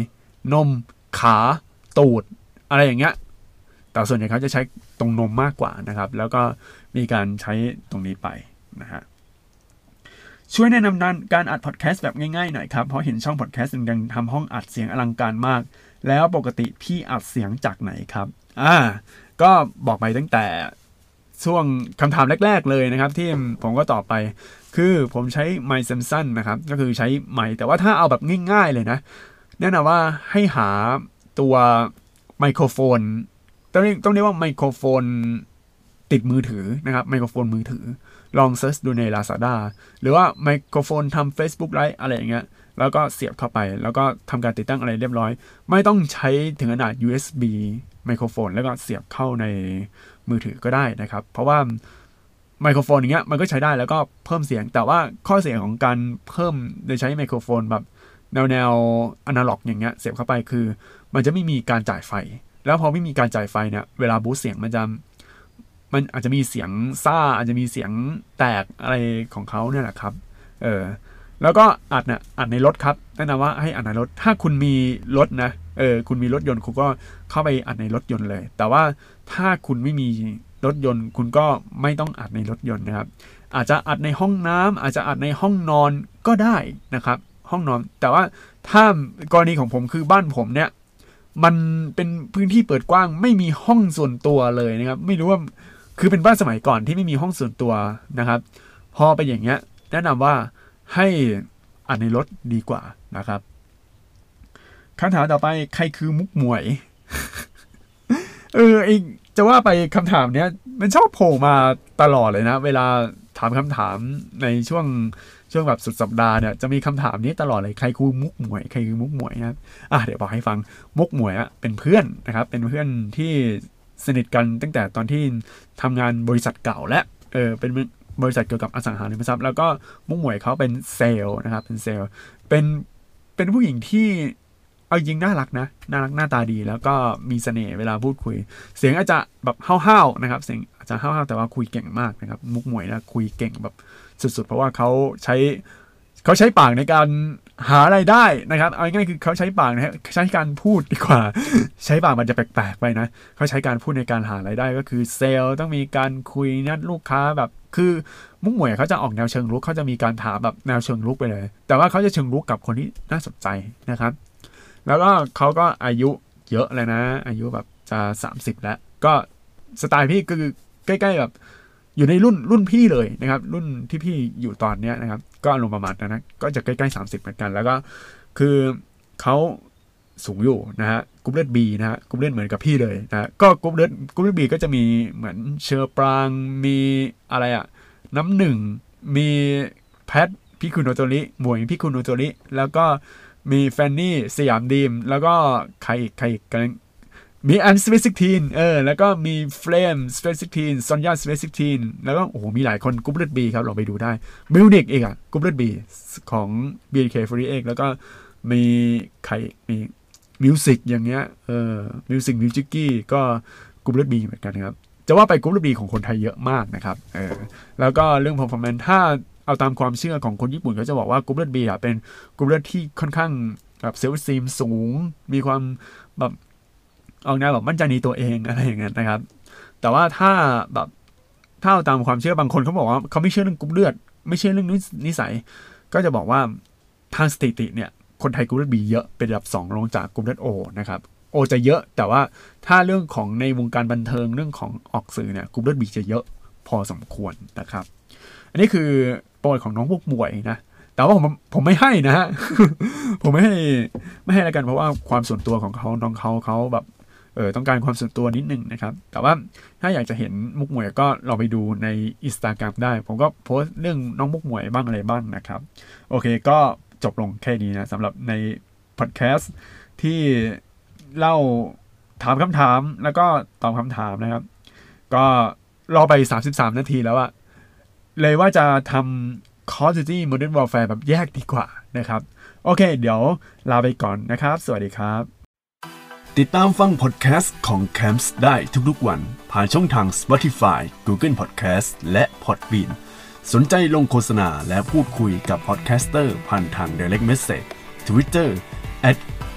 นมขาตูดอะไรอย่างเงี้ยแต่ส่วนใหญ่เขาจะใช้ตรงนมมากกว่านะครับแล้วก็มีการใช้ตรงนี้ไปนะฮะช่วยแนะนำการอัดพอดแคสต์แบบง่ายๆหน่อยครับเพราะเห็นช่องพอดแคสต์ดังๆทำห้องอัดเสียงอลังการมากแล้วปกติพี่อัดเสียงจากไหนครับอ่าก็บอกไปตั้งแต่ช่วงคำถามแรกๆเลยนะครับที่ผมก็ตอบไปคือผมใช้ไมค์ Samson นะครับก็คือใช้ไมค์แต่ว่าถ้าเอาแบบง่ายๆเลยนะแนะนำว่าให้หาตัวไมโครโฟนต้องต้องเรียกว่าไมโครโฟนติดมือถือนะครับไมโครโฟนมือถือลองเซิร์ชดูใน Lazada หรือว่าไมโครโฟนทำ Facebook Live อะไรอย่างเงี้ยแล้วก็เสียบเข้าไปแล้วก็ทำการติดตั้งอะไรเรียบร้อยไม่ต้องใช้ถึงขนาด ยู เอส บี ไมโครโฟนแล้วก็เสียบเข้าในมือถือก็ได้นะครับเพราะว่าไมโครโฟนอย่างเงี้ยมันก็ใช้ได้แล้วก็เพิ่มเสียงแต่ว่าข้อเสียของการเพิ่มโดยใช้ไมโครโฟนแบบแนวแนวอนาล็อกอย่างเงี้ยเสียบเข้าไปคือมันจะไม่มีการจ่ายไฟแล้วพอไม่มีการจ่ายไฟเนี่ยเวลาบูสต์เสียงมันจะมันอาจจะมีเสียงซ่าอาจจะมีเสียงแตกอะไรของเขาเนี่ยแหละครับเออแล้วก็อัดเนี่ยอัดในรถครับแนะนำว่าให้อัดในรถถ้าคุณมีรถนะเออคุณมีรถยนต์คุณก็เข้าไปอัดในรถยนต์เลยแต่ว่าถ้าคุณไม่มีรถยนต์คุณก็ไม่ต้องอัดในรถยนต์นะครับอาจจะอัดในห้องน้ำอาจจะอัดในห้องนอนก็ได้นะครับห้องนอนแต่ว่าถ้ากรณีของผมคือบ้านผมเนี่ยมันเป็นพื้นที่เปิดกว้างไม่มีห้องส่วนตัวเลยนะครับไม่รู้ว่าคือเป็นบ้านสมัยก่อนที่ไม่มีห้องส่วนตัวนะครับพอเป็นอย่างเงี้ยแนะนำว่าให้อัดในรถดีกว่านะครับคำถามต่อไปใครคือมุกหมวย เออไอจะว่าไปคำถามเนี้ยมันชอบโผล่มาตลอดเลยนะเวลาถามคำถามในช่วงช่วงแบบสุดสัปดาห์เนี่ยจะมีคำถามนี้ตลอดเลยใครคือมุกหมวยใครคือมุกหมวยนะครับอ่ะเดี๋ยวบอกให้ฟังมุกหมวยอ่ะเป็นเพื่อนนะครับเป็นเพื่อนที่สนิทกันตั้งแต่ตอนที่ทำงานบริษัทเก่าและเออเป็นบริษัทเกี่ยวกับอสังหาริมทรัพย์แล้วก็มุกหมวยเขาเป็นเซลล์นะครับเป็นเซลล์เป็นเป็นผู้หญิงที่เอาจริงน่ารักนะน่ารักหน้าตาดีแล้วก็มีเสน่ห์เวลาพูดคุยเสียงอาจจะแบบห้าวๆนะครับเสียงอาจจะห้าวๆแต่ว่าคุยเก่งมากนะครับมุกหมวยนะคุยเก่งแบบสุดๆเพราะว่าเขาใช้เขาใช้ปากในการหาอะไรได้นะครับเอาง่ายๆคือเขาใช้ปากนะฮะใช้การพูดดีกว่าใช้ปากมันจะแปลกๆไปนะเขาใช้การพูดในการหาอะไรได้ก็คือเซลล์ต้องมีการคุยนัดลูกค้าแบบคือมุกหมวยเขาจะออกแนวเชิงลุกเขาจะมีการถามแบบแนวเชิงลุกไปเลยแต่ว่าเขาจะเชิงลุกกับคนที่น่าสนใจนะครับแล้วก็เขาก็อายุเยอะเลยนะอายุแบบจะสามสิบแล้วก็สไตล์พี่คือใกล้ๆแบบอยู่ในรุ่นรุ่นพี่เลยนะครับรุ่นที่พี่อยู่ตอนเนี้ยนะครับก็อารมณ์ประมาณนั้นนะก็จะใกล้ๆสามสิบเหมือนกันแล้วก็คือเขาสูงอยู่นะฮะกรุ๊ปเลือด B นะฮะกรุ๊ปเลือดเหมือนกับพี่เลยนะก็กรุ๊ปเลือดกรุ๊ปเลือด B ก็จะมีเหมือนเชอร์ปรางมีอะไรอะน้ำหนึ่งมีแพทพี่คุณโนโตริหมวยพี่คุณโนโตริแล้วก็มีแฟนนี่สยามดีมแล้วก็ใครใครกันมีอันสเปซิกทีนเออแล้วก็มีเฟรมสเปซิกทีนซอนยาสเปซิกทีนแล้วก็โอ้โหมีหลายคนกรุ๊ปเลือด B ครับลองไปดูได้มิวนิกเองอ่ะกรุ๊ปเลือด B ของ บี เอ็น เค สี่สิบเอ็ดแล้วก็มีใครมีมิวสิกอย่างเงี้ยเออมิวสิกมิวจิกกี้ก็กรุ๊ปเลือด B เหมือนกันครับจะว่าไปกรุ๊ปเลือด B ของคนไทยเยอะมากนะครับเออแล้วก็เรื่อง performance ถ้าเอาตามความเชื่อของคนญี่ปุ่นเขาจะบอกว่ากรุ๊ปเลือด B อ่ะเป็นกรุ๊ปเลือดที่ค่อนข้างแบบเซลฟ์ซีมสูงมีความแบบออกแนวแบบมั่นใจในตัวเองอะไรอย่างเงี้ยนะครับแต่ว่าถ้าแบบถ้าเอาตามความเชื่อบางคนเขาบอกว่าเขาไม่เชื่อเรื่องกรุ๊ปเลือดไม่เชื่อเรื่องนิสัยก็จะบอกว่าทางสถิติเนี่ยคนไทยกรุ๊ปเลือด B เยอะเป็นระดับสองรองจากกรุ๊ปเลือด O นะครับ O จะเยอะแต่ว่าถ้าเรื่องของในวงการบันเทิงเรื่องของออกสื่อเนี่ยกรุ๊ปเลือด B จะเยอะพอสมควรนะครับอันนี้คือโปรยของน้องพวกมวยนะแต่ว่าผมผมไม่ให้นะฮะ ผมไม่ให้ไม่ให้แล้วกันเพราะว่าความส่วนตัวของเขาน้องเขาเขาแบบเออต้องการความส่วนตัวนิดนึงนะครับแต่ว่าถ้าอยากจะเห็นมุกมวยก็ลองไปดูใน Instagram ได้ผมก็โพสต์เรื่องน้องมุกมวยบ้างอะไรบ้างนะครับโอเคก็จบลงแค่นี้นะสำหรับในพอดแคสต์ที่เล่าถามคำถามแล้วก็ตอบคำถามนะครับก็รอไปสามสิบสามนาทีแล้วอะเลยว่าจะทำ Call of Duty Modern Warfare แบบแยกดีกว่านะครับโอเคเดี๋ยวลาไปก่อนนะครับสวัสดีครับติดตามฟังพอดแคสต์ของ แคมป์ ได้ทุกๆวันผ่านช่องทาง Spotify Google Podcast และ Podbean สนใจลงโฆษณาและพูดคุยกับพอดแคสเตอร์ผ่านทาง Direct Message Twitter แอท แค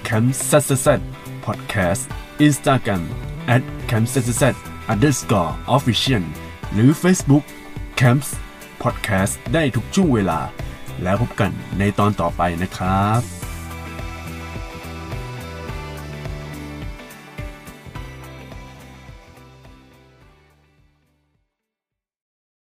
campszz podcast Instagram at campszz underscore official หรือ Facebook camps podcast ได้ทุกช่วงเวลาแล้วพบกันในตอนต่อไปนะครับ